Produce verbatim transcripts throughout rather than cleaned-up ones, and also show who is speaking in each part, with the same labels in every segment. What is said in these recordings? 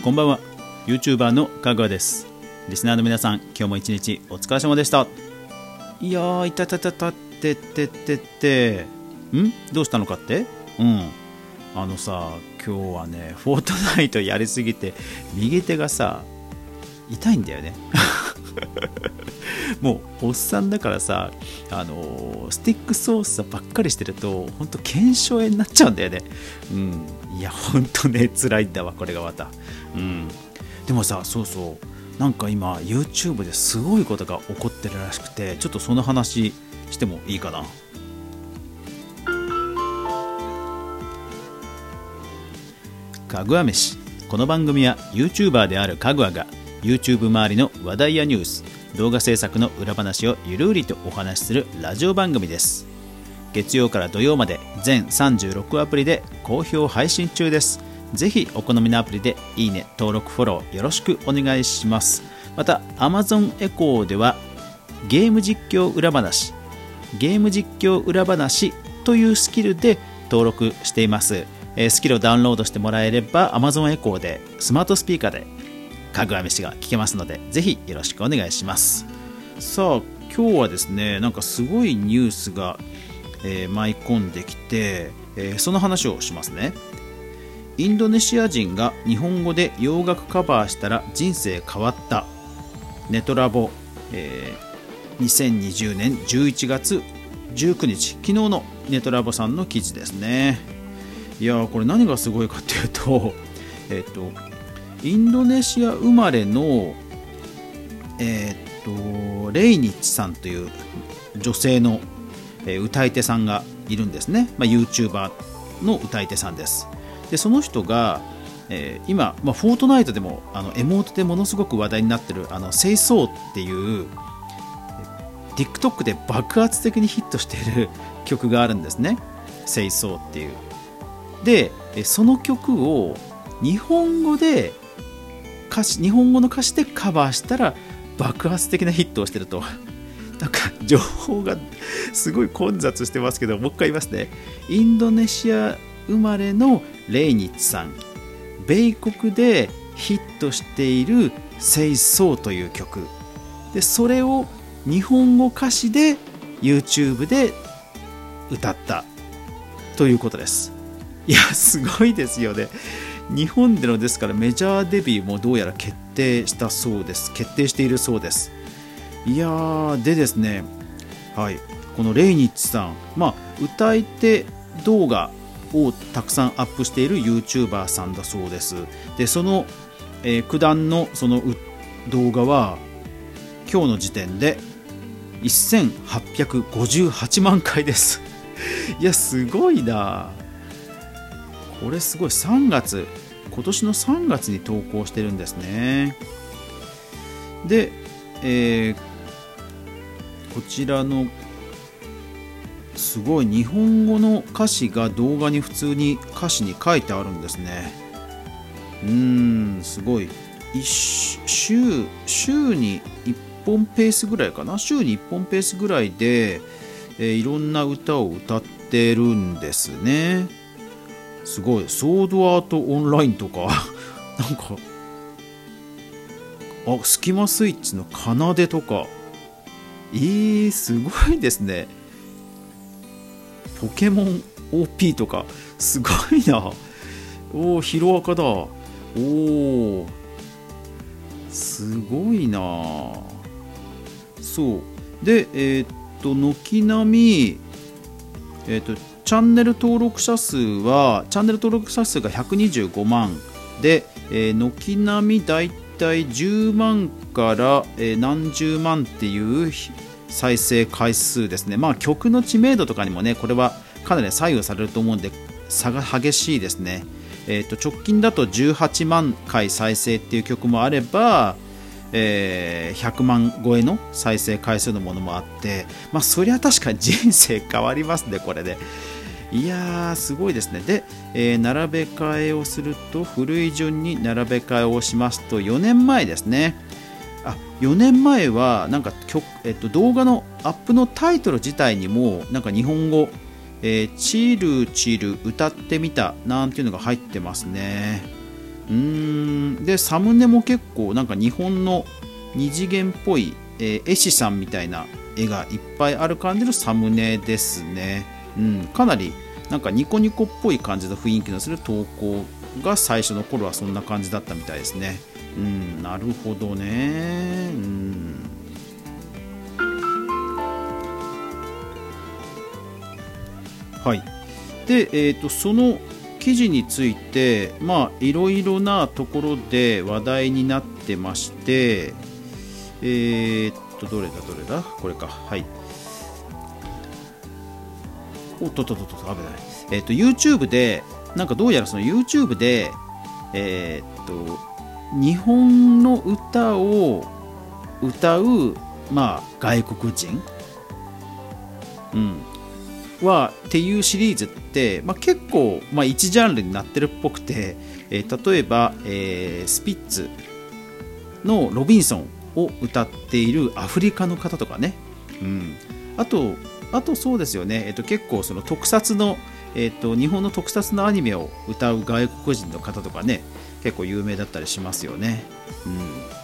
Speaker 1: こんばんは。 YouTuber のかぐわです。リスナーの皆さん、今日も一日お疲れ様でした。いやー、いたたたたってってってってんどうしたのかって。うんあのさ、今日はねフォートナイトやりすぎて右手がさ痛いんだよねもうおっさんだからさ、あのー、スティック操作ばっかりしてるとほんと腱鞘炎になっちゃうんだよね。うんいやほんとね辛いんだわこれがまた。うんでもさ、そうそうなんか今 YouTube ですごいことが起こってるらしくて、ちょっとその話してもいいかな。かぐわ飯。この番組は YouTuber であるかぐわが YouTube 周りの話題やニュース、動画制作の裏話をゆるりとお話しするラジオ番組です。月曜から土曜まで全さんじゅうろくアプリで好評配信中です。ぜひお好みのアプリでいいね、登録、フォローよろしくお願いします。また Amazon エコーではゲーム実況裏話、ゲーム実況裏話というスキルで登録しています。スキルをダウンロードしてもらえれば Amazon エコーでスマートスピーカーでかぐわ飯が聞けますので、ぜひよろしくお願いします。さあ今日はですね、なんかすごいニュースが、えー、舞い込んできて、えー、その話をしますね。インドネシア人が日本語で洋楽カバーしたら人生変わった。ネトラボ、えー、にせんにじゅうねんじゅういちがつじゅうくにち、昨日のネトラボさんの記事ですね。いやーこれ何がすごいかっていうと、えっとインドネシア生まれのえっとレイニッチさんという女性の歌い手さんがいるんですね。まあ、YouTuber の歌い手さんです。でその人が、えー、今、まあ、フォートナイトでもあのエモートでものすごく話題になってるあのセイソーっていう TikTok で爆発的にヒットしている曲があるんですね。セイソーっていう。でその曲を日本語で歌詞日本語の歌詞でカバーしたら爆発的なヒットをしてると。なんか情報がすごい混雑してますけど、もう一回言いますね。インドネシア生まれのレイニッチさん、米国でヒットしているセイソーという曲で、それを日本語歌詞で YouTube で歌ったということです。いやすごいですよね。日本でのですからメジャーデビューもどうやら決定したそうです。決定しているそうです。いやーでですね、はい、このレイニッチさん、まあ、歌い手動画をたくさんアップしている YouTuber さんだそうです。でその、えー、九段のその動画は今日の時点でせんはっぴゃくごじゅうはちまんかいですいやすごいなこれ。すごい。さんがつ、今年のさんがつに投稿してるんですね。で、えー、こちらのすごい日本語の歌詞が動画に普通に歌詞に書いてあるんですね。うーんすごい。週週にいっぽんペースぐらいかな。週にいっぽんペースぐらいで、えー、いろんな歌を歌ってるんですね。すごい。ソードアートオンラインとかなんかあスキマスイッチの奏でとか、えー、すごいですね。ポケモン オーピー とかすごいな。おおヒロアカだ。おおすごいな。そうでえー、っと軒並みえー、っとチャンネル登録者数はチャンネル登録者数がひゃくにじゅうごまんで、えー、軒並みだいたいじゅうまんから、えー、何十万っていう再生回数ですね。まあ曲の知名度とかにもねこれはかなり左右されると思うんで差が激しいですね。えー、と直近だとじゅうはちまんかい再生っていう曲もあれば、えー、ひゃくまん超えの再生回数のものもあって、まあそりゃ確かに人生変わりますねこれで。いやーすごいですね。で、えー、並べ替えをすると古い順に並べ替えをしますとよねんまえですね。あよねんまえはなんか曲、えっと、動画のアップのタイトル自体にもなんか日本語、えー、チルチル歌ってみたなんていうのが入ってますね。 うーんでサムネも結構なんか日本の二次元っぽい、えー、絵師さんみたいな絵がいっぱいある感じのサムネですね。うん、かなりなんかニコニコっぽい感じの雰囲気のする投稿が最初の頃はそんな感じだったみたいですね。うん、なるほどね。うん、はい。で、えーと、その記事について、まあいろいろなところで話題になってまして、えーとどれだどれだこれか、はい。おっとっとっとっと危ない。えーと YouTube でなんかどうやらその YouTube でえーと日本の歌を歌うまあ外国人、うん。はっていうシリーズって、まあ、結構、まあ、一ジャンルになってるっぽくて、えー、例えば、えー、スピッツのロビンソンを歌っているアフリカの方とかね、うん、あとあとそうですよね、えー、と結構その特撮の、えー、と日本の特撮のアニメを歌う外国人の方とかね結構有名だったりしますよね。うん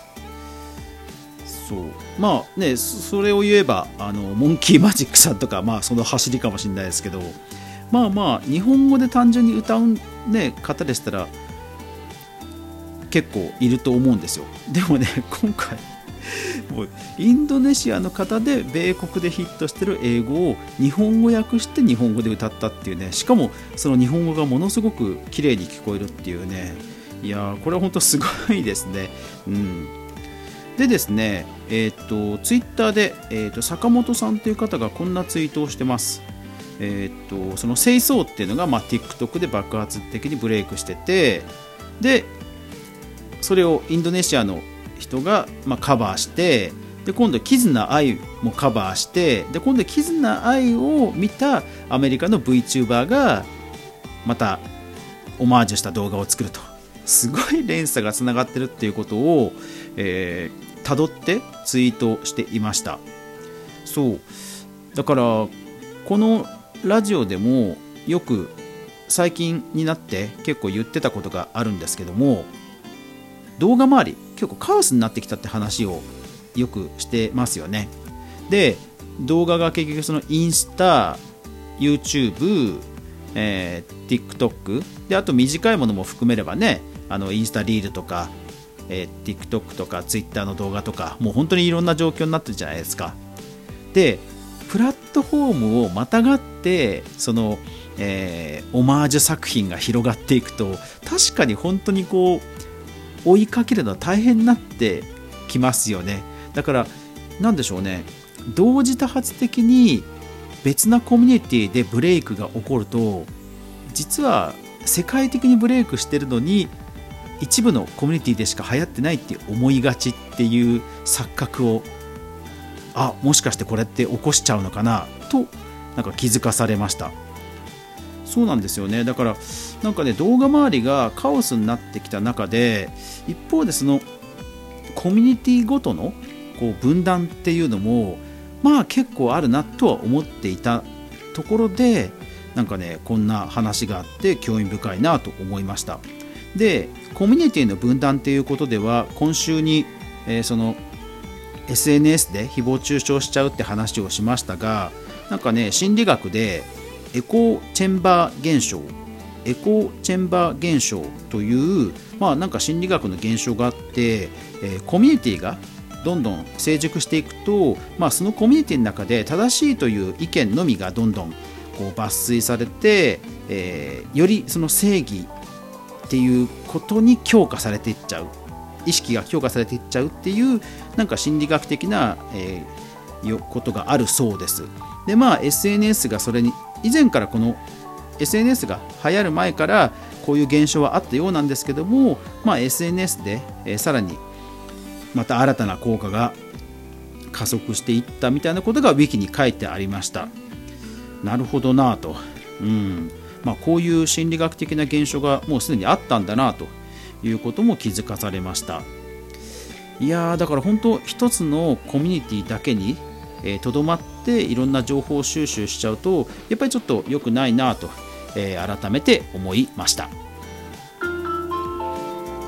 Speaker 1: そうまあね、それを言えばあのモンキーマジックさんとか、まあ、その走りかもしれないですけど、まあまあ日本語で単純に歌う、ね、方でしたら結構いると思うんですよ。でもね今回もうインドネシアの方で米国でヒットしてる英語を日本語訳して日本語で歌ったっていうね、しかもその日本語がものすごく綺麗に聞こえるっていうね、いやーこれは本当すごいですね。うんでですね、えー、とツイッターで、えー、と坂本さんという方がこんなツイートをしてます。えー、とその清掃っていうのが、まあ、TikTok で爆発的にブレイクしてて、でそれをインドネシアの人が、まあ、カバーして、で今度キズナアイもカバーして、で今度キズナアイを見たアメリカの VTuber がまたオマージュした動画を作ると、すごい連鎖がつながってるっていうことを、えー辿ってツイートしていました。そうだからこのラジオでもよく最近になって結構言ってたことがあるんですけども、動画周り結構カオスになってきたって話をよくしてますよね。で動画が結局そのインスタ、YouTube、えー、TikTok で、あと短いものも含めればね、あのインスタリールとかえー、TikTok とか Twitter の動画とか、もう本当にいろんな状況になってるじゃないですか。でプラットフォームをまたがってその、えー、オマージュ作品が広がっていくと、確かに本当にこう追いかけるのは大変になってきますよね。だからなんでしょうね、同時多発的に別なコミュニティでブレイクが起こると、実は世界的にブレイクしてるのに一部のコミュニティでしか流行ってないって思いがちっていう錯覚を、あ、もしかしてこれって起こしちゃうのかなとなんか気づかされました。そうなんですよね。だからなんかね、動画周りがカオスになってきた中で、一方でそのコミュニティごとのこう分断っていうのもまあ結構あるなとは思っていたところで、なんかねこんな話があって興味深いなと思いました。でコミュニティの分断ということでは、今週に、えー、その エスエヌエス で誹謗中傷しちゃうって話をしましたが、なんかね心理学でエコーチェンバー現象エコーチェンバー現象という、まあ、なんか心理学の現象があって、えー、コミュニティがどんどん成熟していくと、まあ、そのコミュニティの中で正しいという意見のみがどんどんこう抜粋されて、えー、よりその正義っていうことに強化されていっちゃう、意識が強化されていっちゃうっていうなんか心理学的な、えー、ことがあるそうです。でまあ エスエヌエス がそれに以前からこの エスエヌエス が流行る前からこういう現象はあったようなんですけども、まあ、エスエヌエス で、えー、さらにまた新たな効果が加速していったみたいなことがウィキに書いてありました。なるほどなと、うんまあ、こういう心理学的な現象がもうすでにあったんだなということも気づかされました。いやーだから本当一つのコミュニティだけにとどまっていろんな情報収集しちゃうとやっぱりちょっと良くないなと、えー、改めて思いました。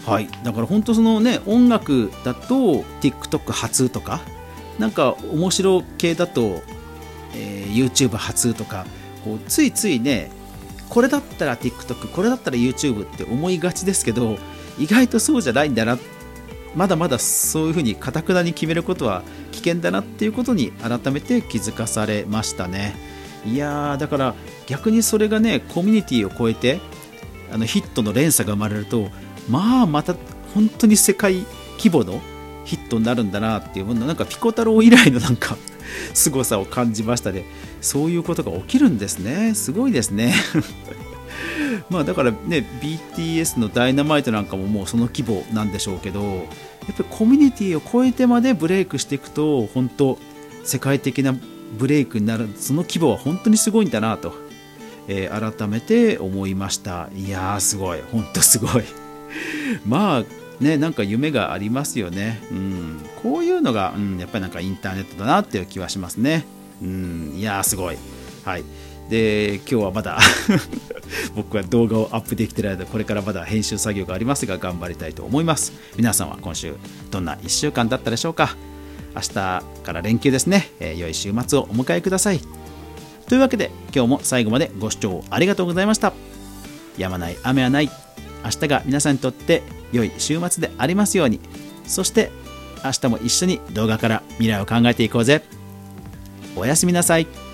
Speaker 1: はい、だから本当そのね、音楽だと TikTok 初とか、なんか面白系だと、えー、YouTube 初とか、こうついついね、これだったら TikTok、これだったら YouTube って思いがちですけど、意外とそうじゃないんだな、まだまだそういうふうに堅くなに決めることは危険だなっていうことに改めて気づかされましたね。いやー、だから逆にそれがね、コミュニティを超えてあのヒットの連鎖が生まれると、まあまた本当に世界規模のヒットになるんだなっていう、なんかピコ太郎以来のなんか凄さを感じましたね。そういうことが起きるんですね。すごいですねまあだからね、 ビーティーエス のダイナマイトなんかももうその規模なんでしょうけど、やっぱりコミュニティを超えてまでブレイクしていくと、本当世界的なブレイクになる、その規模は本当にすごいんだなと、えー、改めて思いました。いやー、すごい、本当すごいまあね、なんか夢がありますよね。うん、こういうのが、うん、やっぱりなんかインターネットだなっていう気はしますね。うん、いやー、すごい。はい。で、今日はまだ僕は動画をアップできてないので、これからまだ編集作業がありますが、頑張りたいと思います。皆さんは今週どんないっしゅうかんだったでしょうか。明日から連休ですね、えー、良い週末をお迎えください。というわけで、今日も最後までご視聴ありがとうございました。止まない雨はない。明日が皆さんにとって良い週末でありますように。そして明日も一緒に動画から未来を考えていこうぜ。おやすみなさい。